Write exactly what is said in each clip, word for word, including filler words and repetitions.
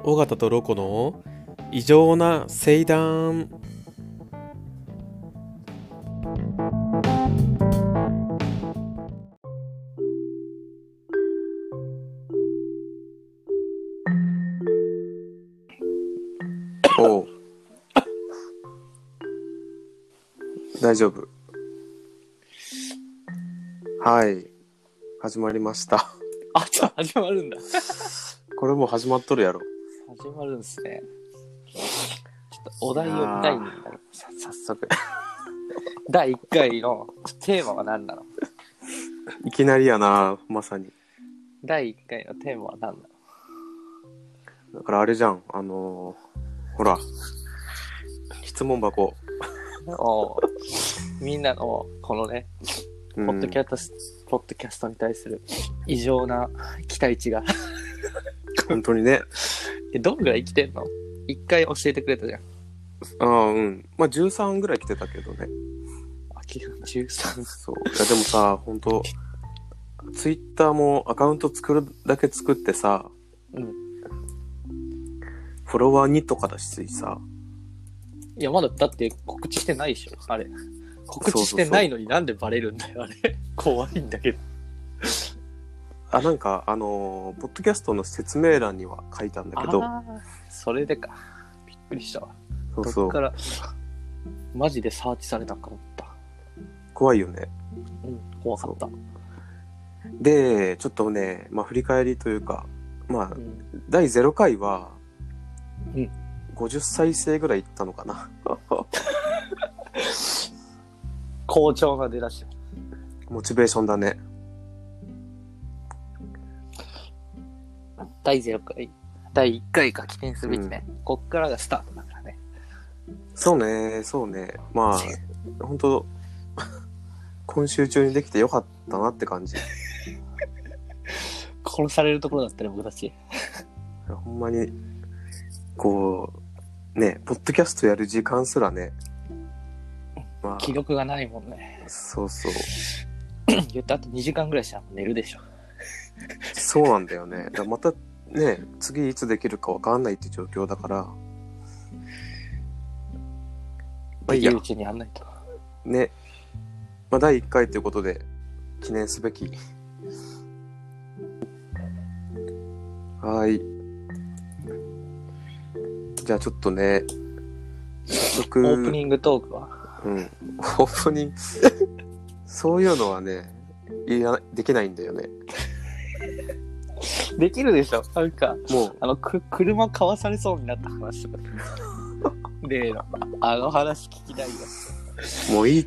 尾形とロコの異常な聖談。 おう大丈夫。はい始まりました。 あ、じゃあ始まるんだ。 これもう始まっとるやろ。 始まるんですね。ちょっとお題を見たいんだけど、さ早速。だいいっかいのテーマは何なの？ いきなりやな、まさに。 だいいっかいのテーマは何なの？ だからあれじゃん、あのー、ほら、質問箱。 おみんなのこのね、 うん、 ポッドキャスト、ポッドキャストに対する異常な期待値が。 本当にね。 え、どんぐらい生きてんの？いっかい教えてくれたじゃん。 ああ、うん。まあじゅうさんぐらい来てたけどね。 あ、じゅうさん。 そう。いやでもさ、本当ツイッターもアカウント作るだけ作ってさ、 うん。 フォロワーにとかだしさ。 いや、まだだって告知してないでしょ、あれ。告知してないのになんでバレるんだよ、あれ。怖いんだけど。 あ、なんか、あのー、ポッドキャストの説明欄には書いたんだけど。 ああ、それでか。びっくりしたわ。 そうそう。 そっから、マジでサーチされたか思った。 怖いよね。 うん、怖かった。 で、ちょっとね、まあ振り返りというか、まあ、 うん、 だいゼロかいは、 うん、 ごじゅっさい生ぐらいいったのかな。 好調な出だし。 モチベーションだね。 だいゼロかい。だいいっかいか記念すべきね、うん。こっからがスタートだからね。 そうね、そうね。まあ、ほんと、今週中にできてよかったなって感じ。 殺されるところだったね、僕たち。 ほんまに、こう、ね、ポッドキャストやる時間すらね、 まあ、記録がないもんね。 そうそう。 言ったあとにじかんぐらいしたら寝るでしょ。 そうなんだよね。だまたね、次いつできるかわかんないって状況だから。まあ、いいや。うちにやんないと。 ね。まあ、だいいっかいということで、記念すべき。はい。じゃあちょっとね、早速。 オープニングトークはうん。オープニング、そういうのはね、いや、できないんだよね。 できるでしょ。なんか、 もう、 あの、く、車買わされそうになった話とか。で、あの話聞きたいよ。 もういいって。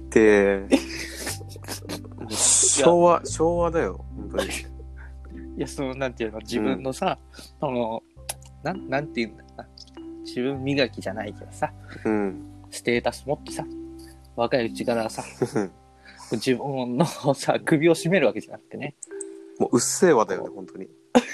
昭和、昭和だよ、本当に。 いや、その、なんていうの、自分のさ、うん、あの、なん、なんていうんだろうな。自分磨きじゃないけどさ、 うん、 ステータス持ってさ、若いうちからさ、自分のさ、首を絞めるわけじゃなくてね。 もううっせぇわだよね、本当に。い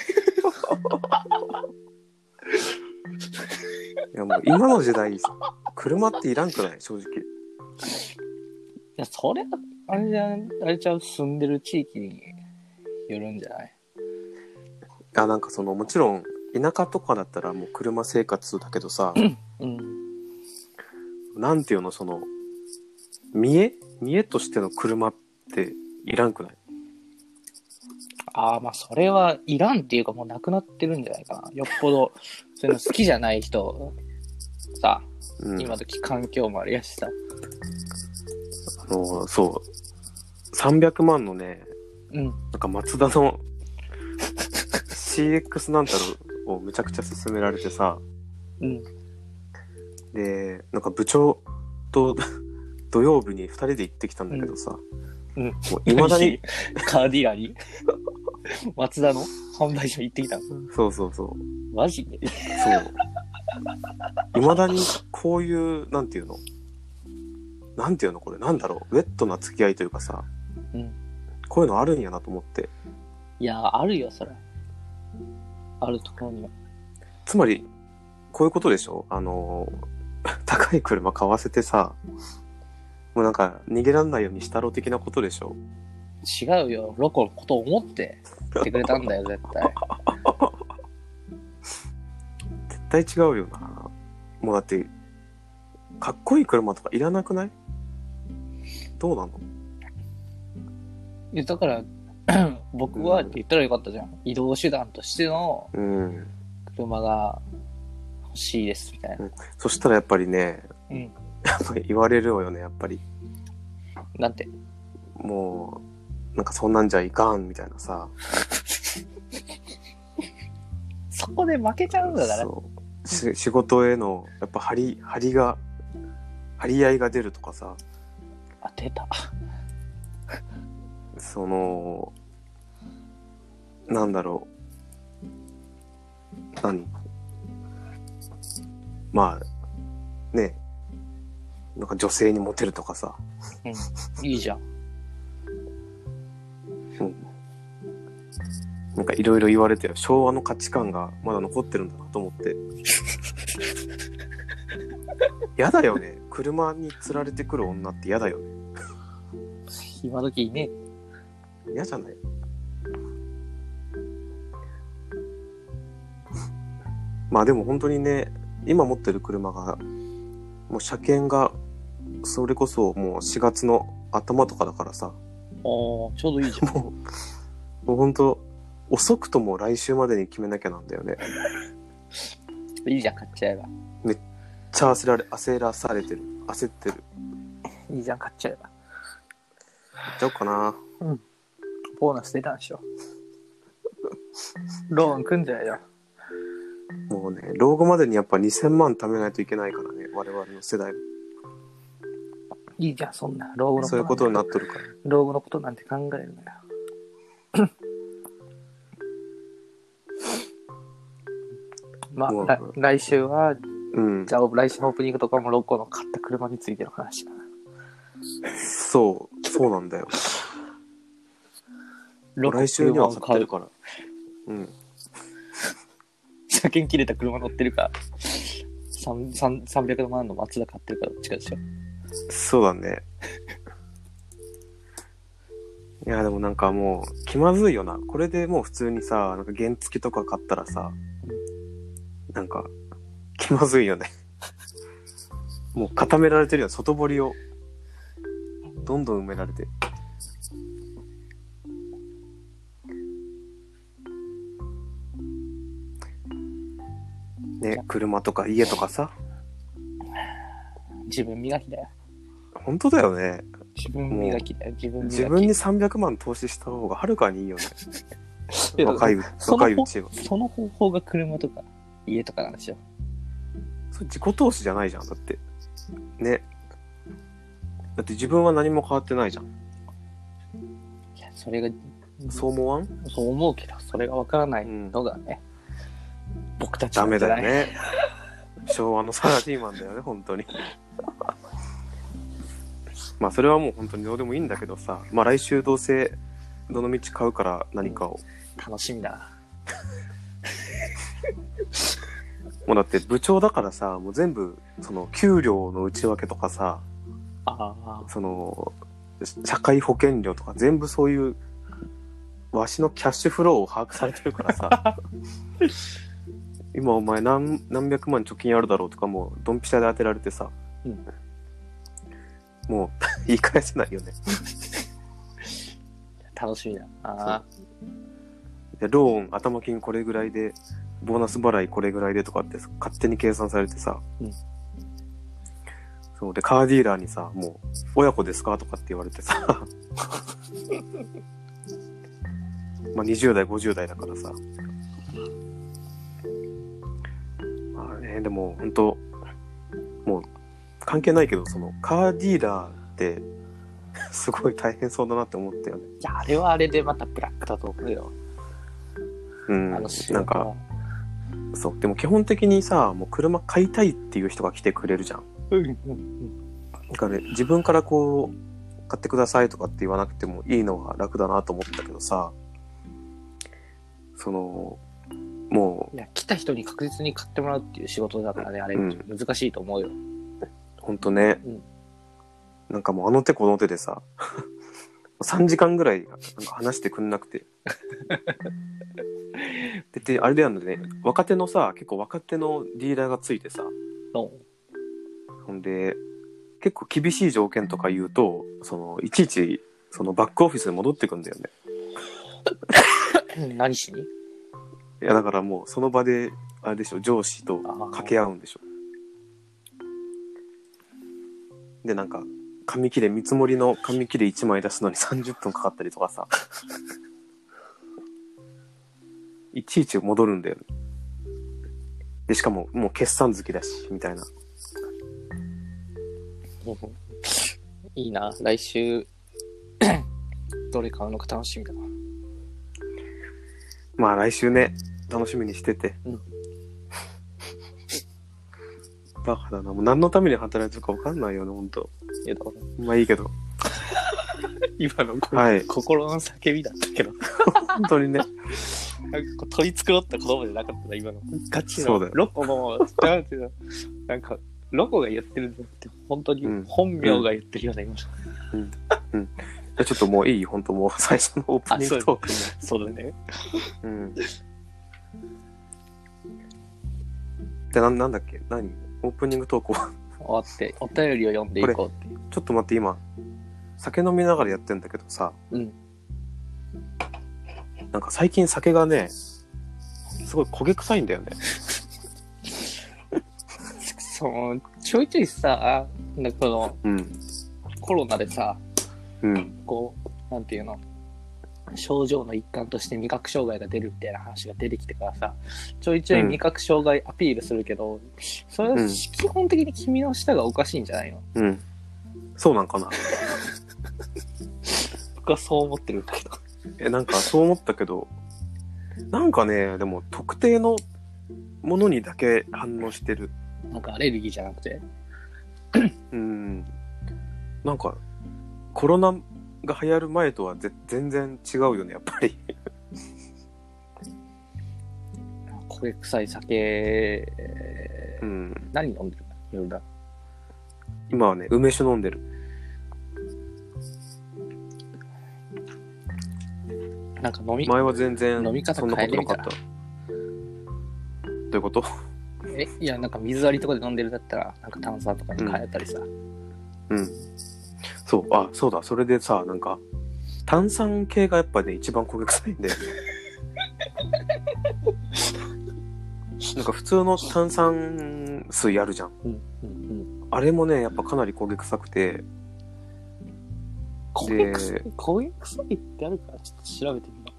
やもう今の時代、車っていらんくない？正直。いや、それは、あれじゃ、あれちゃう、住んでる地域によるんじゃない？ や、なんかその、もちろん、田舎とかだったらもう車生活だけどさ、 うん、 なんていうの、その、見栄見栄としての車っていらんくない？ ああ、まあそれはいらんっていうかもうなくなってるんじゃないかな。よっぽどそういうの好きじゃない人さ、うん、今時環境もありやしさ。 あのそうさんびゃくまんのね、うん、なんかマツダのシーエックス なんたらをめちゃくちゃ勧められてさ、うん、でなんか部長と土曜日にふたりで行ってきたんだけどさ、うん、もう未だにカーディラにマツダの販売所行ってきたの？ そうそうそう。 マジで？ そう。未だにこういうなんていうのなんていうのこれなんだろうウェットな付き合いというかさ、うん、こういうのあるんやなと思って。 いやあるよそれ。あるところには。 つまりこういうことでしょ？あの高い車買わせてさ、もうなんか逃げらんないようにしたろ的なことでしょ？ 違うよ。ロコのことを思って言ってくれたんだよ絶対。 絶対違うよな。もうだって、かっこいい車とかいらなくない？どうなの？ いやだから、僕はって言ったらよかったじゃん。うん、移動手段としての車が欲しいですみたいな。うん、 そしたらやっぱりね、うん、やっぱり言われるよね、やっぱり。 なんて？ もう、なんかそんなんじゃいかんみたいなさ。 そこで負けちゃうんだから。 そうし仕事へのやっぱ張り張りが張り合いが出るとかさ。 あ、出た。 そのなんだろう何まあねなんか女性にモテるとかさ。 うん、いいじゃん。 うん。なんかいろいろ言われてよ。昭和の価値観がまだ残ってるんだなと思って。やだよね。車に釣られてくる女ってやだよね。 今時いねえ。嫌じゃない？まあでも本当にね、今持ってる車がもう車検がそれこそもうしがつの頭とかだからさ。ああ、 ちょうどいいじゃん。 もう、もう本当遅くとも来週までに決めなきゃなんだよね。 いいじゃん、買っちゃえば。 めっちゃ焦られ、焦らされてる。焦ってる。 いいじゃん、買っちゃえば。 買っちゃおうかな。 うん。ボーナス出たんでしょ。ローン組んじゃえよ。 もうね、老後までにやっぱにせんまん貯めないといけないからね、我々の世代。 いいじゃん、そんな。老後のこと。 そういうことになっとるから。 老後のことなんて考えるなよ。まあ、まあ、来週は、うん、じゃあ来週のオープニングとかもロッコの買った車についての話だな。 そう、そうなんだよ。来週には買ってるから。うん。 車検切れた車乗ってるか、さんびゃくまんのマツダ買ってるかどっちかでしょ。 そうだね。いやでもなんかもう気まずいよな。これでもう普通にさ、なんか原付とか買ったらさ、なんか気まずいよね。もう固められてるよ。外堀をどんどん埋められて。ね、車とか家とかさ。 自分磨きだよ。 本当だよね。 自分磨きだよ。自分磨き。 自分にさんびゃくまん投資した方がはるかにいいよね。若い、若いうちは。 その方法が車とか家とかなんですよ。 それ自己投資じゃないじゃん。だって。ね。だって自分は何も変わってないじゃん。いや、それが。 そう思わん？ そう思うけど、それがわからないのがね。うん、僕たちダメだよね。昭和のサラリーマンだよね、本当に。まあそれはもう本当にどうでもいいんだけどさ、まあ来週どうせどの道買うから何かを、 うん、楽しみだな。 もうだって部長だからさ、もう全部その給料の内訳とかさ、 あその社会保険料とか全部そういうわしのキャッシュフローを把握されてるからさ。今お前 何, 何百万貯金あるだろうとかもうドンピシャで当てられてさ、うん、もう言い返せないよね。 楽しみだ。あでローン頭金これぐらいでボーナス払いこれぐらいでとかって勝手に計算されてさ、うん、そうでカーディーラーにさもう親子ですかとかって言われてさまあにじゅう代ごじゅう代だからさ、まあね、でも本当もう関係ないけどそのカーディーラーってすごい大変そうだなって思ったよね。 いやあれはあれでまたブラックだと思うよ。 うん、あのなんかそうでも基本的にさもう車買いたいっていう人が来てくれるじゃん。 うんうんうん。 だから、ね、自分からこう買ってくださいとかって言わなくてもいいのが楽だなと思ったけどさ、そのもういや来た人に確実に買ってもらうっていう仕事だからねあれ、うん、難しいと思うよ。 ほんとね、うん、なんかもうあの手この手でささんじかんぐらいなんか話してくんなくてで、であれだよね、若手のさ、結構若手のリーダーがついてさ、 ほんで、結構厳しい条件とか言うと、その、いちいち、そのバックオフィスに戻ってくんだよね。 何しに？ いや、だからもう、その場で、あれでしょ、上司と掛け合うんでしょ。で、なんか、紙切れ、見積もりの紙切れいちまい出すのにさんじゅっぷんかかったりとかさ。いちいち戻るんだよね。で、しかも、もう決算月だし、みたいな。 いいな、来週、どれ買うのか楽しみだな。 まあ、来週ね、楽しみにしてて。うん。バカだな。もう何のために働いてるか分かんないよね、ほんと。 いやだからまあいいけど。 今の、 はい、 心の叫びだったけど。 本当にね。 なんかこう取り繕った言葉じゃなかったな、今の。ガチの。 そうだよ。 ロコの、なんか、ロコが言ってるんじゃなくて、本当に本名が言ってるような、今。 うん。うん。じゃちょっともういい？本当もう最初のオープニングトークに。 そうだね。 うん。で、な、なんだっけ？何？オープニングトーク終わって、お便りを読んでいこうっていう。 ちょっと待って、今、酒飲みながらやってんだけどさ。 うん。 なんか最近酒がね、すごい焦げ臭いんだよね。 そう、ちょいちょいさ、なんかこの、 うん、 コロナでさ、 うん、 こう、なんていうの、症状の一環として味覚障害が出るみたいな話が出てきてからさ、ちょいちょい味覚障害アピールするけど、うん、それは基本的に君の舌がおかしいんじゃないの？ うん。そうなんかな。 僕はそう思ってるんだけど。 え、なんかそう思ったけど、なんかね、でも特定のものにだけ反応してる。 なんかアレルギーじゃなくてうん。なんか、コロナが流行る前とはぜ全然違うよね、やっぱり。 焦げ臭い酒、 うん、 何飲んでるか夜だ。 今はね、梅酒飲んでる。 なんか飲み前は全然飲み方変えてみたら。 どういうこと？ え、いや、なんか水割りとかで飲んでるんだったら、なんか炭酸とかに変えたりさ。 うん。うん、そう、あ、そうだ、それでさ、なんか、炭酸系がやっぱね、一番焦げ臭いんだよね。なんか普通の炭酸水あるじゃん。 うんうんうん、 あれもね、やっぱかなり焦げ臭くて。 焦げ臭い、焦げ臭いってあるからちょっと調べてみよ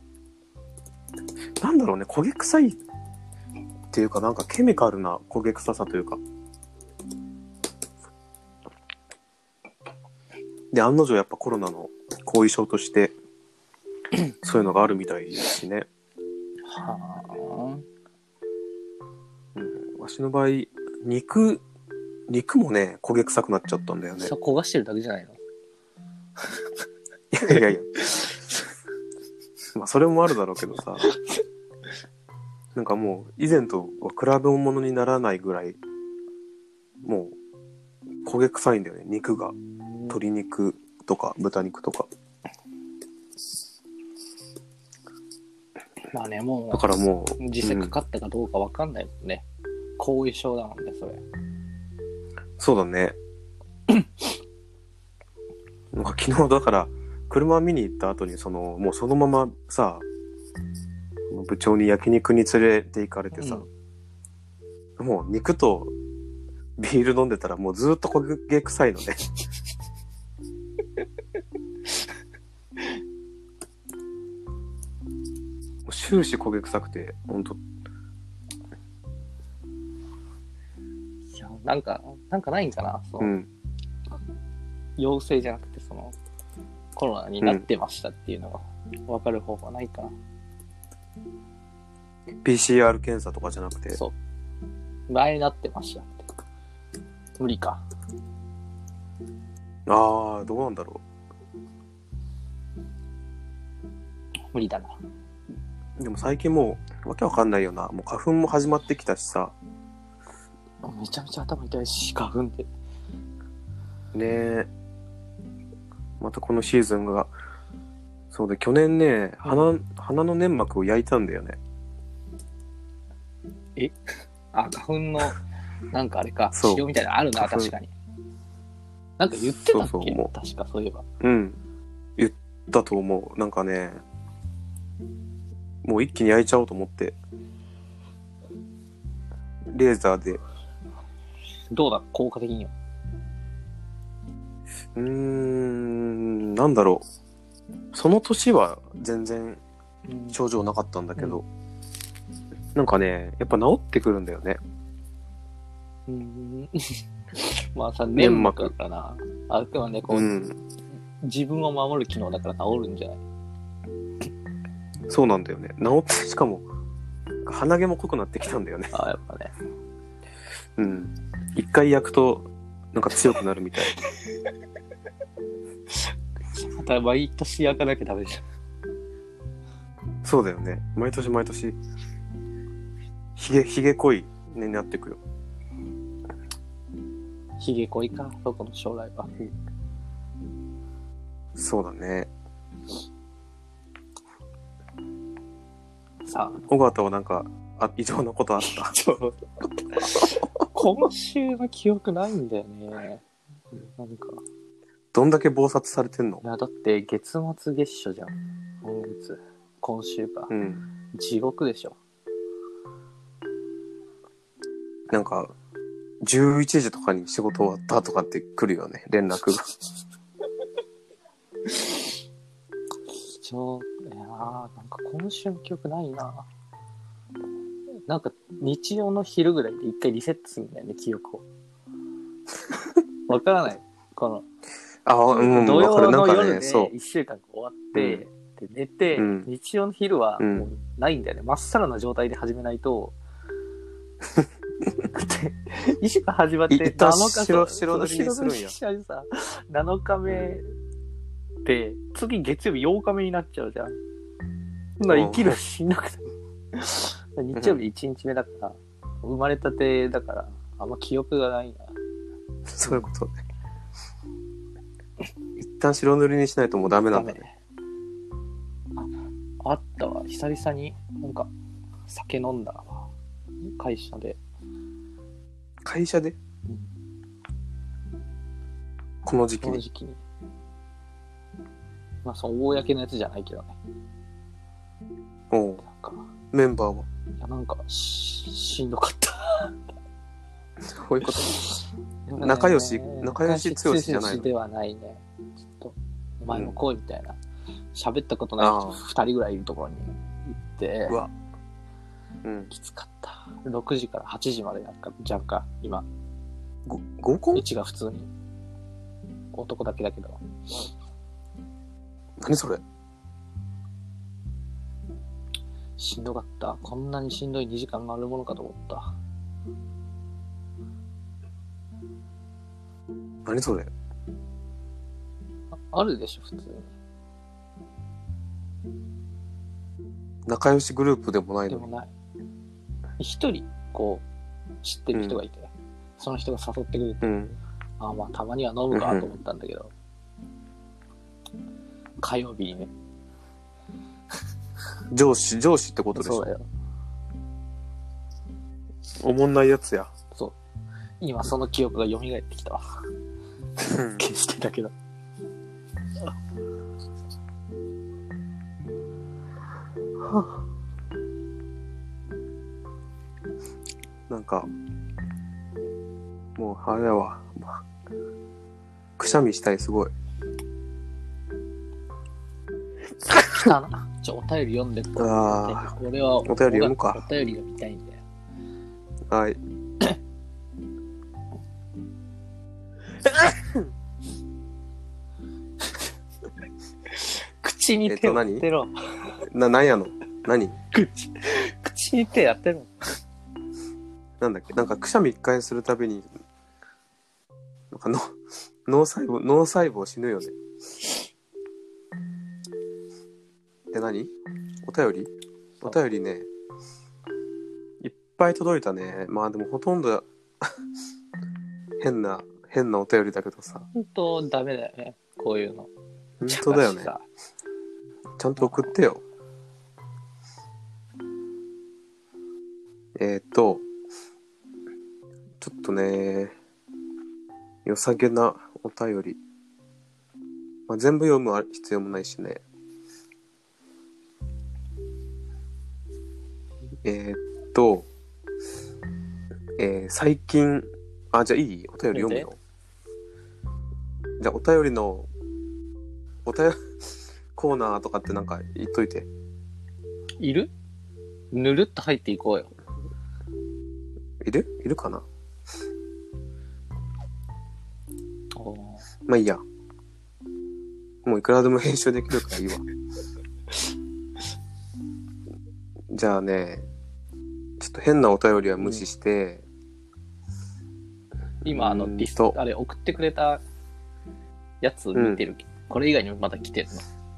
う。なんだろうね、焦げ臭いっていうか、なんかケミカルな焦げ臭さというか。で、案の定やっぱコロナの後遺症としてそういうのがあるみたいですしね。 はあ、 うん。わしの場合、肉、肉もね、焦げ臭くなっちゃったんだよね。 そう、焦がしてるだけじゃないの？ いやいやいや。まあ、それもあるだろうけどさ。なんかもう、以前とは比べ物にならないぐらい、もう、焦げ臭いんだよね、肉が。鶏肉とか、豚肉とか。 まあね、もう、 だからもう、 実際かかったかどうかわかんないもんね。うん、後遺症だもんね、それ。 そうだね。なんか昨日だから、車見に行った後に、その、もうそのままさ、部長に焼肉に連れて行かれてさ、うん、もう肉とビール飲んでたらもうずっと焦げ臭いのね。もう終始焦げ臭くて、ほんと。 いや、なんか、なんかないんかな、その、うん、陽性じゃなくて、その、コロナになってましたっていうのが分かる方法はないかな。 ピーシーアール 検査とかじゃなくて。 そう。前になってましたって。無理か。 ああ、どうなんだろう。無理だな。 でも最近もう、わけわかんないよな。もう花粉も始まってきたしさ。 めちゃめちゃ頭痛いし、花粉って。 ねえ。またこのシーズンが、 そうで、去年ね、鼻、鼻の粘膜を焼いたんだよね。 えあ、花粉の、なんかあれか、 そう治療みたいなのあるな、 花粉確かに。なんか言ってたっけそうそうもう確かそういえば。 うん。言ったと思う。なんかね、もう一気に焼いちゃおうと思って、レーザーで。 どうだ、効果的には。 うーん、なんだろう。その年は全然症状なかったんだけど、うん、なんかね、やっぱ治ってくるんだよね。 うーんまあさ、粘膜だからな。あくまでこう、うん、自分を守る機能だから治るんじゃない？ そうなんだよね。治って、しかも、鼻毛も濃くなってきたんだよね。 ああ、やっぱね。 うん。一回焼くと、なんか強くなるみたい。 また毎年焼かなきゃダメじゃん。 そうだよね。毎年毎年、ひげ、ひげ濃いになってくよ。 ひげ濃いか、そこの将来は。 そうだね。 さあ、 尾形はなんか、あ、異常なことあった？ 今週の記憶ないんだよね。なんか。 どんだけ忙殺されてんの？ いや、だって月末月初じゃん。今月。今週か。 うん。 地獄でしょ。 なんか、じゅういちじとかに仕事終わったとかって来るよね、連絡が。 貴重。いやー、なんか今週の記憶ないな。なんか日曜の昼ぐらいで一回リセットするんだよね、記憶を。わからない。この、 あ、うん、 土曜の夜でそう一週間終わって、で寝て、 うん、 日曜の昼はもうないんだよね。ま、うん、っさらな状態で始めないと、一週間始まって、 一旦白、白塗りにするんや。 白塗りさ、なのかめで、次月曜日ようかめになっちゃうじゃん。そんな生きるしんどくて。日曜日いちにちめだから、生まれたてだから、あんま記憶がないな。 そういうことね。一旦白塗りにしないともうダメなんだね。 あ、あったわ。久々になんか酒飲んだわ。会社で。 会社で？うん、この時期に。 この時期に。まあ、その公のやつじゃないけどね。 おう。なんかメンバーは？ いや、なんかし、しんどかった。 こういうこと。仲良し、仲良し強しじゃないの？ ではないね。ちょっと、お前も来いみたいな。喋、うん、ったことない人二人ぐらいいるところに行って、うわ、うん、きつかった。ろくじからはちじまでなんか、じゃんか、今。 ご、合コン？ うちが普通に。男だけだけど。 何それ？ しんどかった。こんなにしんどいにじかんがあるものかと思った。 何それ？ あ, あるでしょ、普通に。 仲良しグループでもないの？ でもない。一人、こう、知ってる人がいて、うん、その人が誘ってくれて、うん、あまあ、たまには飲むかと思ったんだけど、うん、火曜日にね。 上司、上司ってことでしょ？ そうだよ。 おもんないやつや。 そう。今その記憶が蘇ってきたわ。消してたけど。 なんか、もうあれだわ。くしゃみしたい、すごい。 来たな。ちょ、お便り読んでこう。 ああ。 俺はお便り読むか。 お便りが見たいんだよ。 はい。 口に手を当てろ。 えっと、な、何やの？何？ 口、口に手当てろ。 なんだっけ？なんかくしゃみ一回するたびに、なんかの脳細胞、脳細胞死ぬよね。で、何？お便り？お便りね、いっぱい届いたね。まあでもほとんど変な、変なお便りだけどさ。 ほんとダメだよね。こういうの。 ほんとだよね。 ちゃんと送ってよ。えー、っと、ちょっとね、良さげなお便り。まあ、全部読む必要もないしね。えー、っと、えー、最近、あ、じゃあいい？お便り読むよ。じゃあお便りの、お便りコーナーとかってなんか言っといて。 いる？ぬるっと入っていこうよ。 いる？いるかな？ おまあいいや。もういくらでも編集できるからいいわ。じゃあね、ちょっと変なお便りは無視して、 うん、今あのディストあれ送ってくれたやつ見てるけど、うん、これ以外にもまだ来てる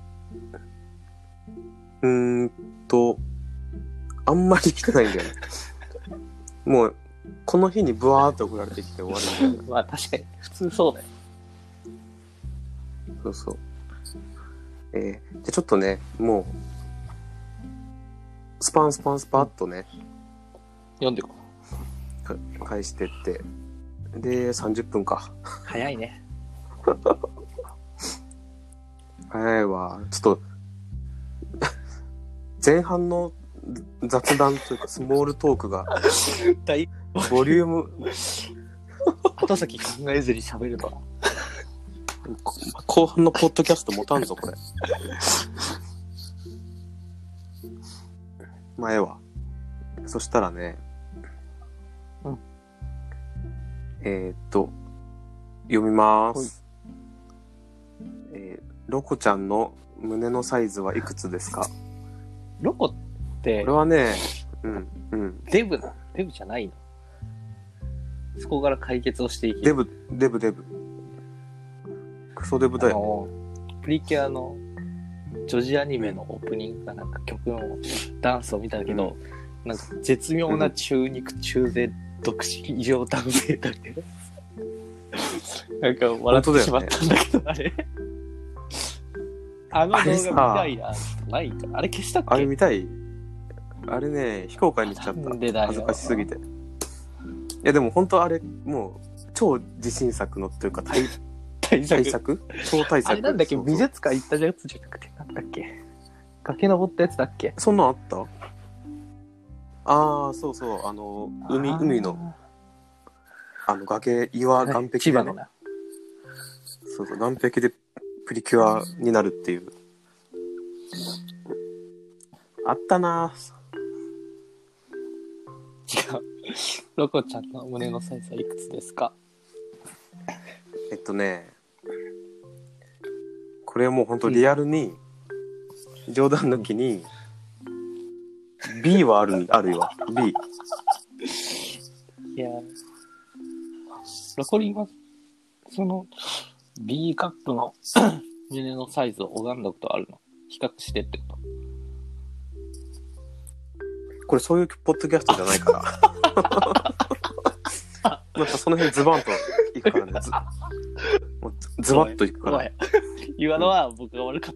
の？うーんとあんまり来てないんだよね。もうこの日にブワーって送られてきて終わるんだよね。 まあ確かに普通そうだよ。 そうそう。えー、じゃあちょっとね、もうスパンスパンスパッとね、 読んでこう。返してって。で、さんじゅっぷんか。 早いね。 早いわ。ちょっと、前半の雑談というかスモールトークが、ボリューム、 後先考えずに喋るとは。 後半のポッドキャスト持たんぞ、これ。前は。そしたらね、 うん、 えー、っと、読みまーす。えー、ロコちゃんの胸のサイズはいくつですか？ ロコって、 これはね、うん、うん。 デブな、デブじゃないの？そこから解決をしていき。 デブ、デブ、デブ。クソデブだよ。 プリキュアの女児アニメのオープニングかなんか曲のダンスを見たんだけど、うん、なんか絶妙な中肉中背独身異常男性だけど、なんか笑ってしまったんだけど、あれあの動画見たいな。ないか。あれ消したっけ？ あれ見たい？あれね、非公開にしちゃった。 なんでだよ。 恥ずかしすぎて。いやでも本当あれ、もう、超自信作のっていうか、対、 対策対策超対策。 あれなんだっけ？美術館行ったやつじゃなくて、なんだっけ？崖登ったやつだっけ？ そんなんあった？ああ、そうそう、あの、海、海の、あの崖、岩、岩壁で、ね、 千葉のな。 そうそう、岩壁でプリキュアになるっていう。あったなぁ。 違う。ロコちゃんの胸のサイズはいくつですか？ えっとね、これはもうほんとリアルに、うん、冗談抜きに、B はある、あるよ。B。 いや、ロコリンは、その、B カップの胸のサイズを拝んだことあるの？比較してってこと？ これそういうポッドキャストじゃないから。なんかその辺ズバンといくからね。ズ, もうズバッといくから。 今のは僕が悪かった。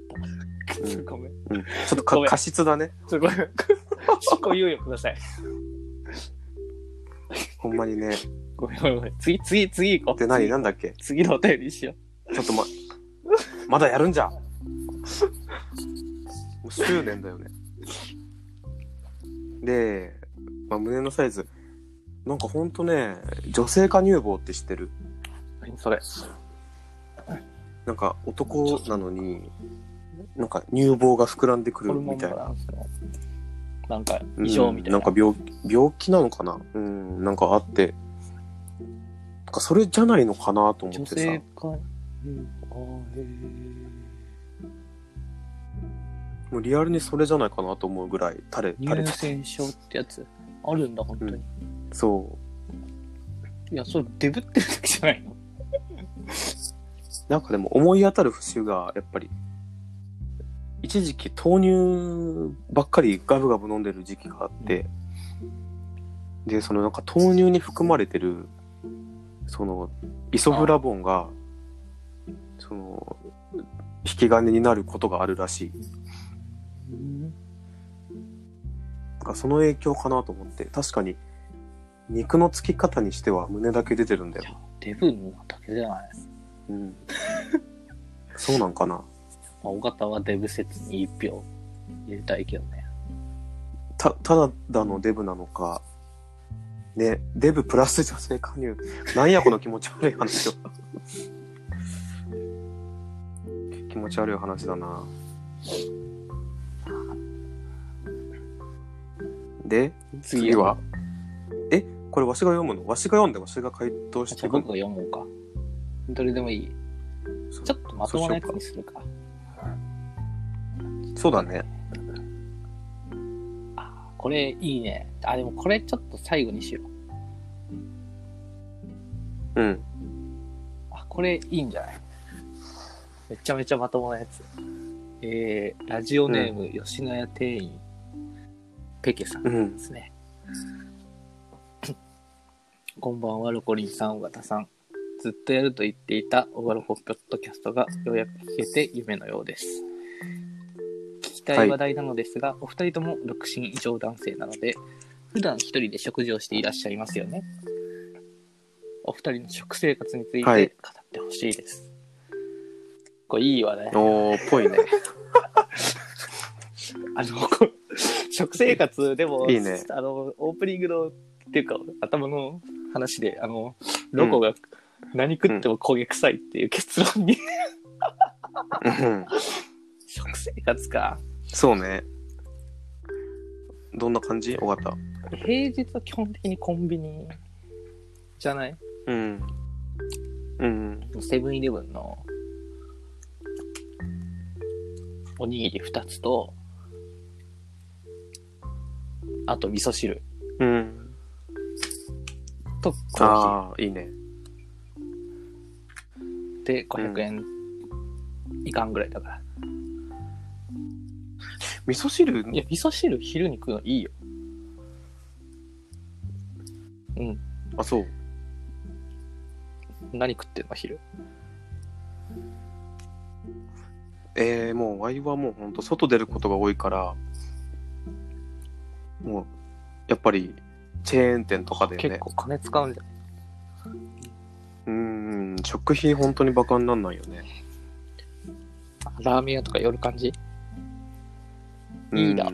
うん、ごめん。 うん、ちょっとか過失だね。 ちょごめん。執行猶予ください。 ほんまにね。 ごめんごめんごめん。次、次、次行こう。 で何なんだっけ？ 次のお便りしよう。ちょっとま、まだやるんじゃん。もう執念だよね。で、まあ、胸のサイズ。なんかほんとね、女性化乳房って知ってる？ 何それ？ なんか男なのに、なんか乳房が膨らんでくるみたいな。 なんか異常みたいな。 うん、なんか病、病気なのかな？うん、なんかあって。なんかそれじゃないのかなと思ってさ。 女性化、うん、あへー。 もうリアルにそれじゃないかなと思うぐらい垂れ、垂れてて。乳腺症ってやつあるんだ、本当に。うん、 そう。 いや、それデブってるだけじゃないの？ なんかでも思い当たる節がやっぱり一時期豆乳ばっかりガブガブ飲んでる時期があって、うん、でそのなんか豆乳に含まれてるそのイソフラボンがその引き金になることがあるらしい。 ん。 なんかその影響かなと思って、確かに肉のつき方にしては胸だけ出てるんだよ。 デブのだけじゃない。 うん。そうなんかな。 まあ、尾形はデブ説に一票入れたいけどね。 た、ただのデブなのか、ね、デブプラス女性加入。なんやこの気持ち悪い話を。気持ち悪い話だな。で、次はえ、これわしが読むの？わしが読んでわしが回答してくる。 僕が読もうか。どれでもいい。ちょっとまともなやつにするか。 そうだね。 あ、これいいね。あ、でもこれちょっと最後にしよう。うん。 あ、これいいんじゃない？めちゃめちゃまともなやつ。えー、ラジオネーム、うん、吉野家店員、ペケさんですね。うん、こんばんは、ロコリンさん、尾形さん。ずっとやると言っていたオガロポッドキャストがようやく聞けて夢のようです。聞きたい話題なのですが、はい、お二人とも独身異常男性なので、普段一人で食事をしていらっしゃいますよね。お二人の食生活について語ってほしいです。はい、これいい話題。 おー、ぽいね。 あの、食生活でも、 いいね、 あの、オープニングの、っていうか、頭の話で、あの、ロコが、うん何食っても焦げ臭いっていう結論に、うん、食生活か。 そうね。どんな感じ？尾形。 平日は基本的にコンビニじゃない？ うんうん。 セブンイレブンのおにぎりふたつと、あと味噌汁。 うん。 とコーヒー。 ああ、いいね。 でごひゃくえんいかんぐらいだから、うん、 味噌汁？ いや味噌汁昼に食うのいいよ。うん。 あ、そう。 何食ってんの昼？ えー、もうワイはもうほんと外出ることが多いから、もうやっぱりチェーン店とかでね。 結構金使うんじゃない？ うーん、食費本当にバカになんないよね。 ラーメン屋とか寄る感じ？いいな。や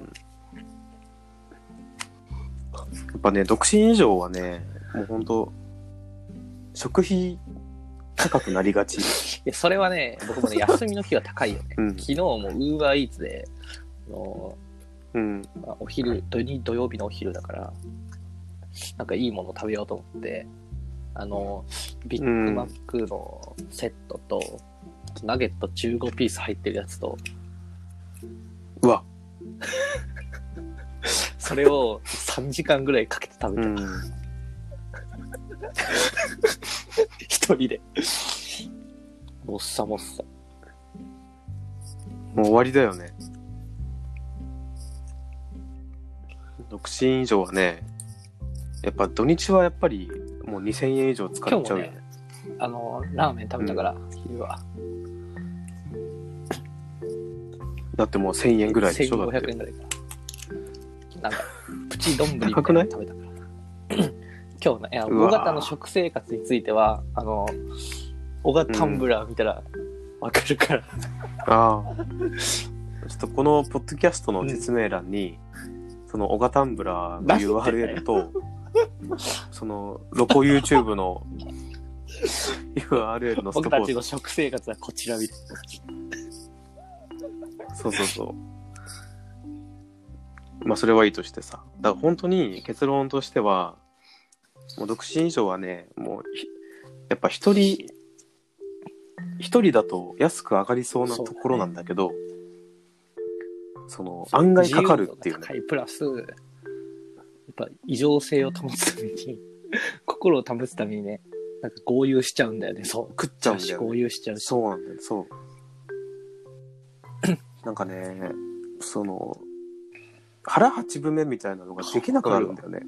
っぱね、独身以上はね、もう本当食費高くなりがち。 いや、それはね、僕もね、休みの日は高いよね。うん、昨日もウーバーイーツで、あの、 うんまあ、お昼土、土曜日のお昼だから、なんかいいもの食べようと思って、あのビッグマックのセットと、うん、ナゲットじゅうごピース入ってるやつと、 うわそれをさんじかんぐらいかけて食べた、うん、一人でもっさもっさ。 もう終わりだよね。独身以上はね、やっぱ土日はやっぱりもうにせんえん以上使っちゃうよね。 ね、あのラーメン食べたから、うん、昼はだってもうせんえんぐらいでしょ。 せんごひゃくえんぐらいかなんかプチ丼みたいなの食べたから今日ね、いや尾形の食生活についてはあの尾形タンブラー見たらわかるから、 うん、ああちょっとこのポッドキャストの説明欄に、うん、その尾形タンブラーの ユーアールエル とそのロコ YouTube の ユーアールエル のスト僕たちの食生活はこちらみたいな。そうそうそう。まあそれはいいとしてさ。だから本当に結論としては、もう独身以上はね、もうやっぱ一人一人だと安く上がりそうなところなんだけど、その案外かかるっていうね。 高いプラス。やっぱ異常性を保つために心を保つためにね、なんか豪遊しちゃうんだよね。そう食っちゃうんだよね。 豪遊しちゃうし。 そうなんだよ。そうなんかね、その腹八分目みたいなのができなくなるんだよね。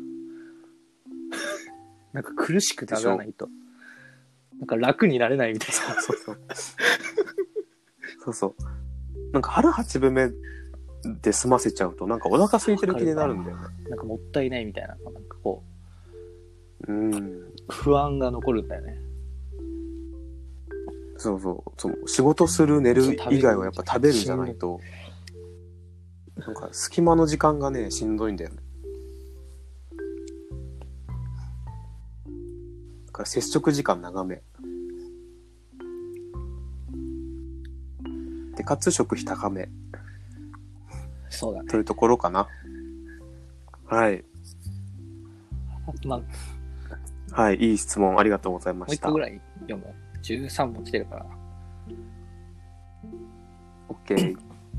なんか苦しくならないとなんか楽になれないみたいな。 そうそうそうそうそう。なんか腹八分目で済ませちゃうとなんかお腹空いてる気になるんだよね。 なんかもったいないみたいな、なんかこう、うんう、不安が残るんだよね。 そうそう、そう仕事する寝る以外はやっぱ食べるじゃないと、なんか隙間の時間がねしんどいんだよね。だから接触時間長めで、かつ食費高め。 そうだね。 というところかな。はい。 まあ、 はい、いい質問ありがとうございました。 もう一個ぐらい読む。じゅうさんも来てるから。 OK。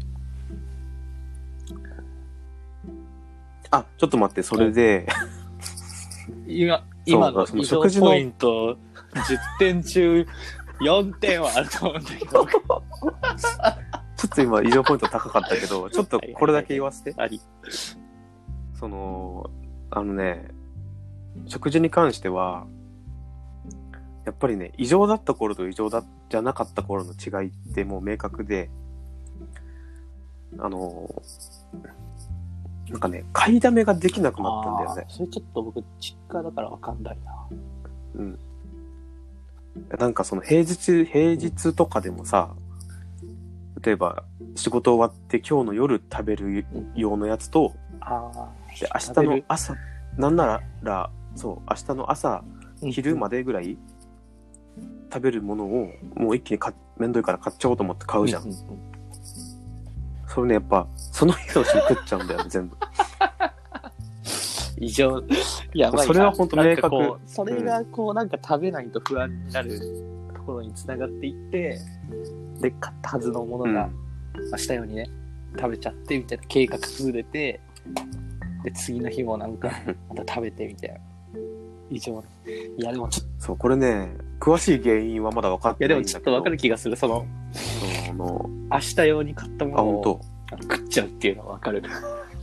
あ、ちょっと待って、それで。 今、今の異常ポイントじゅってん中よんてんはあると思うんだけど。 ちょっと今異常ポイント高かったけど、ちょっとこれだけ言わせて。 あり。 その、あのね、食事に関しては、やっぱりね、異常だった頃と異常だじゃなかった頃の違いってもう明確で、あの、なんかね、買いだめができなくなったんだよね。 それちょっと僕、実家だからわかんないな。 うん。なんかその平日、平日とかでもさ、例えば仕事終わって今日の夜食べる用のやつと、 あで明日の朝、なんなら、そう、明日の朝、昼までぐらい食べるものをもう一気にかめんどいから買っちゃおうと思って買うじゃん。うんうんうん、それね、やっぱその日のうちに食っちゃうんだよね、全部。 異常。やばいな。 それは本当明確。 それがこうなんか食べないと不安になるところに繋がっていって、で買ったはずのものが、うん、明日ようにね食べちゃってみたいな計画崩れて、で次の日もなんかまた食べてみたいな。異常。いやでもちょっとそうこれね、詳しい原因はまだ分かってないんだけど。いやでもちょっと分かる気がする。そのその明日用に買ったものを食っちゃうっていうのは分かる。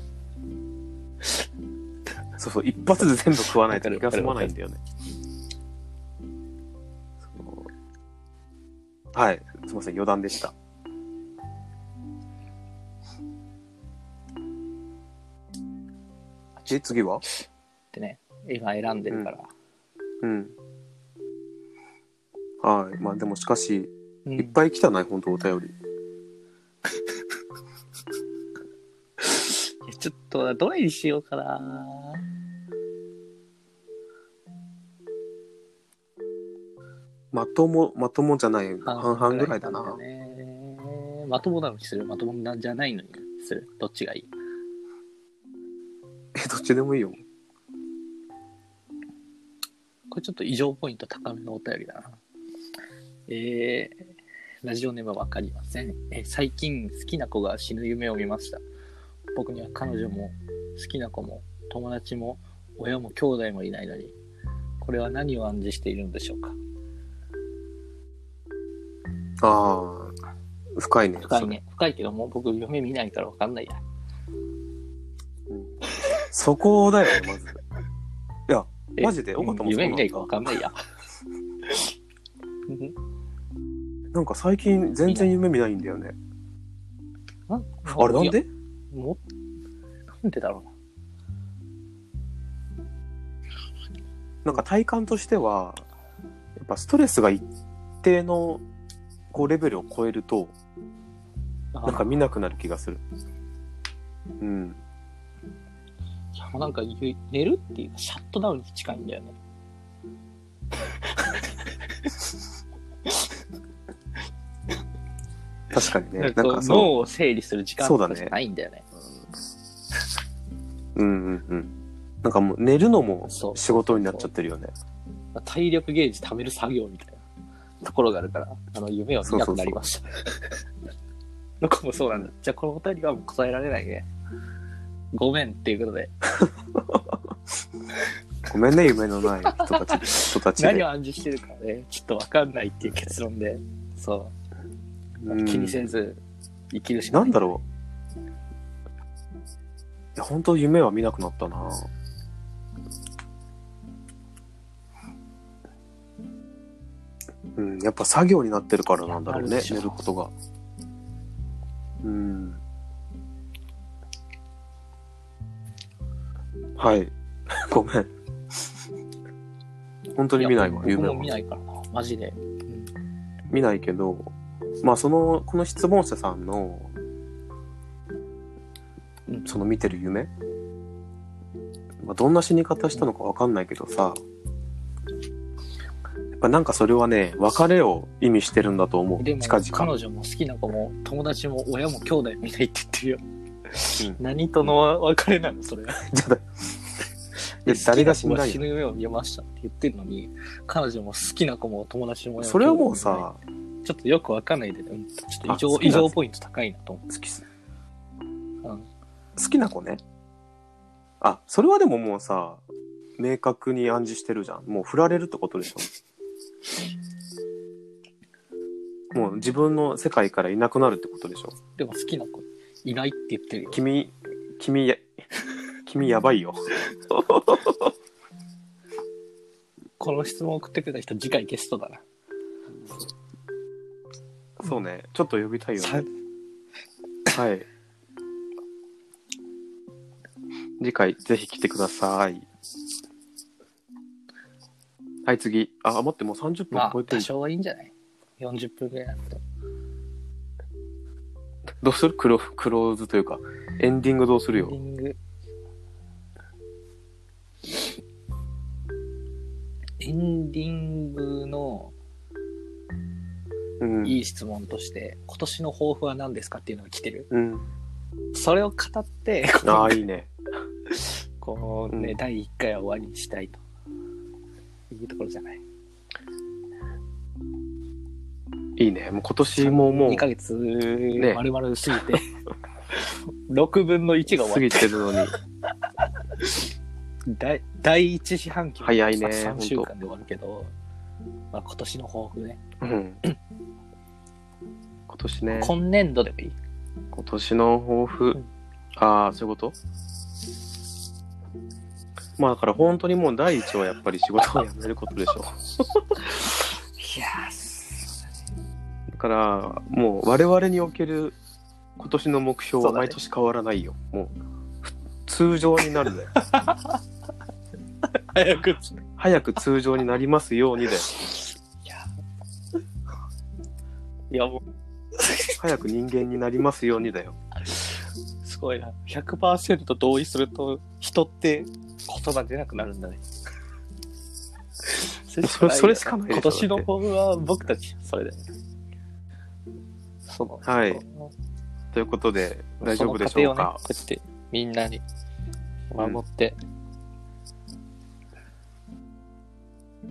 そうそう、一発で全部食わないと気が済まないんだよね。はい、すみません、余談でした。で、次はでね、今選んでるから。 うん。うん、はい、まあでもしかし、 うん、 いっぱい来たない、本当お便り。いやちょっと、どれにしようかな。 まとも、まともじゃない。半々ぐらいだな。 だね、まともなのにする？まともなんじゃないのにする？どっちがいい？ え、どっちでもいいよ。 これちょっと異常ポイント高めのお便りだな。えー、ラジオネームわかりません。え、最近好きな子が死ぬ夢を見ました。僕には彼女も好きな子も友達も親も兄弟もいないのに、これは何を暗示しているのでしょうか？ ああ、深いね。 深いね。深いけどもう僕夢見ないからわかんないや。 うん、そこだよね、まず。いや、マジで、 おかたも夢見ないかわかんないや。 なんか最近全然夢見ないんだよね。あれなんで？ もなんでだろうな。 なんか体感としては、やっぱストレスが一定のこうレベルを超えると、なんか見なくなる気がする。うん。 いや、なんか寝るっていうかシャットダウンに近いんだよね。 確かにね。 なんかそう脳を整理する時間とかじゃないんだよね。 うんうんうん。なんかもう寝るのも仕事になっちゃってるよね。 体力ゲージ貯める作業みたいなところがあるから、あの夢を見なくなりました。どこもそうなんだ。じゃあこのお便りはもう答えられないね。ごめんっていうことで。 ごめんね、夢のない人たち、人たちで。 何を暗示してるかね、ちょっとわかんないっていう結論で、そう。気にせず生きるしかない。 なんだろう。いや、本当夢は見なくなったな。うん、やっぱ作業になってるからなんだろうね、寝ることが。うん。 はい。ごめん。本当に見ないわ、夢は。 僕も見ないからな、マジで。うん、 見ないけど、まあその、この質問者さんの、うん、その見てる夢、まあ、どんな死に方したのかわかんないけどさ、やっぱなんかそれはね、別れを意味してるんだと思う。 でも近々。 彼女も好きな子も友達も親も兄弟見ないって言ってるよ。うん、何との別れなのそれは。じゃあ誰が死んだんや。 死ぬ夢を見ましたって言ってるのに、彼女も好きな子も友達も親もそれはもうさ、 ちょっとよくわかんないで、うん、ちょっと異常異常ポイント高いなと思う。 好きす、 うん、 好きな子ね。あ、それはでももうさ、明確に暗示してるじゃん。もう振られるってことでしょ。もう自分の世界からいなくなるってことでしょ。 でも好きな子いないって言ってるよ。 君、君や、君やばいよ。 この質問を送ってくれた人、次回ゲストだな。 そうね、ちょっと呼びたいよね。はい。次回ぜひ来てください。はい、次。あ、待って、もうさんじゅっぷん超えてる。 まあ、多少はいいんじゃない ?よんじゅっ 分ぐらいだと。 どうするクロ、クローズというか、エンディングどうするよ。エンディング。 エンディングの、いい質問として、うん、今年の抱負は何ですかっていうのが来てる。うん、それを語って、 ああ、いいね。 こうね、うん、だいいっかいは終わりにしたいというところじゃない。 いいね。もう今年ももうにかげつ丸々過ぎて、ね、ろくぶんのいちが終わって過ぎてるのにだ第一四半期早いね。 さんしゅうかんで終わるけど、まあ、今年の抱負ね。 うん。今年ね。 今年度でもいい。 今年の抱負、うん、ああ、そういうこと？まあだから本当にもう第一はやっぱり仕事を辞めることでしょ。 いやだからもう我々における今年の目標は毎年変わらないよ。ね、もう通常になるね。 早く早く通常になりますようにだよ。 いや、いやもう早く人間になりますようにだよ。 すごいな。ひゃくパーセント 同意すると人って言葉出なくなるんだね。 それしかない。それしかないでしょ。 今年の抱負は僕たちそれで。そのはい。ということで大丈夫でしょうか。その過程をね、 こうやってみんなに守って。 うん、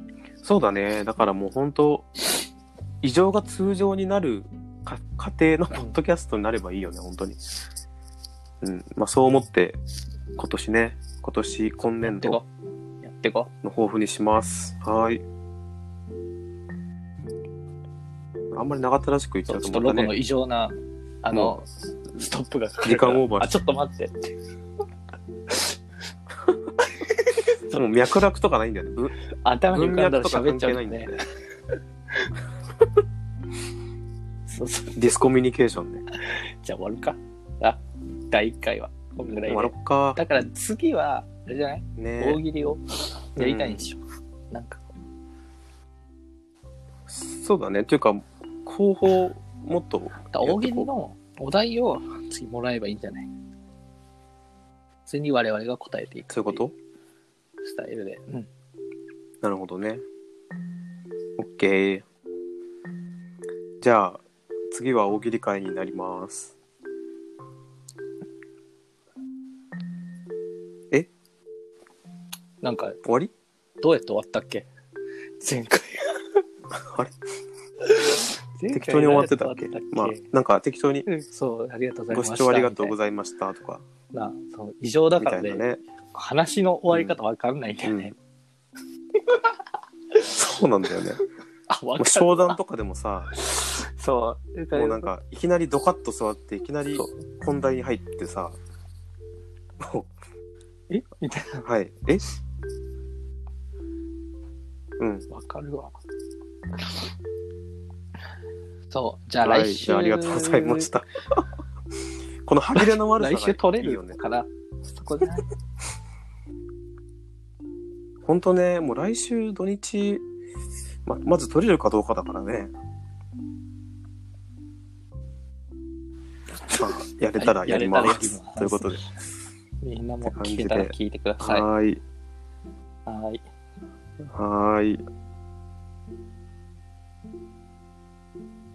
そうだね。だからもう本当異常が通常になる過程のポッドキャストになればいいよね、本当に。うん。まあそう思って今年ね、今年今年度やってこの抱負にします。はい。あんまり長ったらしく言っちゃうとまたね。ちょっとロゴの異常なあのストップが時間オーバーして。 あ、ちょっと待ってって。 もう脈絡とかないんだよね。 頭に浮かんだら喋っちゃうんだよね。 そうそう。ディスコミュニケーションね。 じゃあ終わるか。あ、だいいっかいはこんぐらいで。 終わろっか。 だから次はあれじゃない？ね、大喜利をやりたいんでしょ。うん、なんか。 そうだね。っていうか候補もっと大喜利のお題を次もらえばいいんじゃない？それに我々が答えていく。 そういうこと？ スタイルで。うん。 なるほどね。オッケー。じゃあ次は大喜利会になります。え？ なんか終わり？ どうやって終わったっけ？前回。 あれ？適当に終わってたっけ？まあなんか適当に、 うん、そうありがとうございました。 ご視聴ありがとうございましたとか。 なそう異常だからね。ね話の終わり方わかんないんだよね。 うん、そうなんだよね。 あ、わかる。 商談とかでもさ、 そう。 もうなんかいきなりドカッと座っていきなり本題に入ってさ、もうえみたいな。 はい。え？うん。 わかるわ。そう。じゃあ来週、 はい、ありがとうございました。この歯切れの悪さがいいよね。 来週取れるから、そこじゃない。 ほんとね、もう来週土日、ま、まず取れるかどうかだからね。まあ、やれたらやります。 やれたらやりますということで。 みんなも聞けたら聞いてください。 はーい。 はーい。 はーい。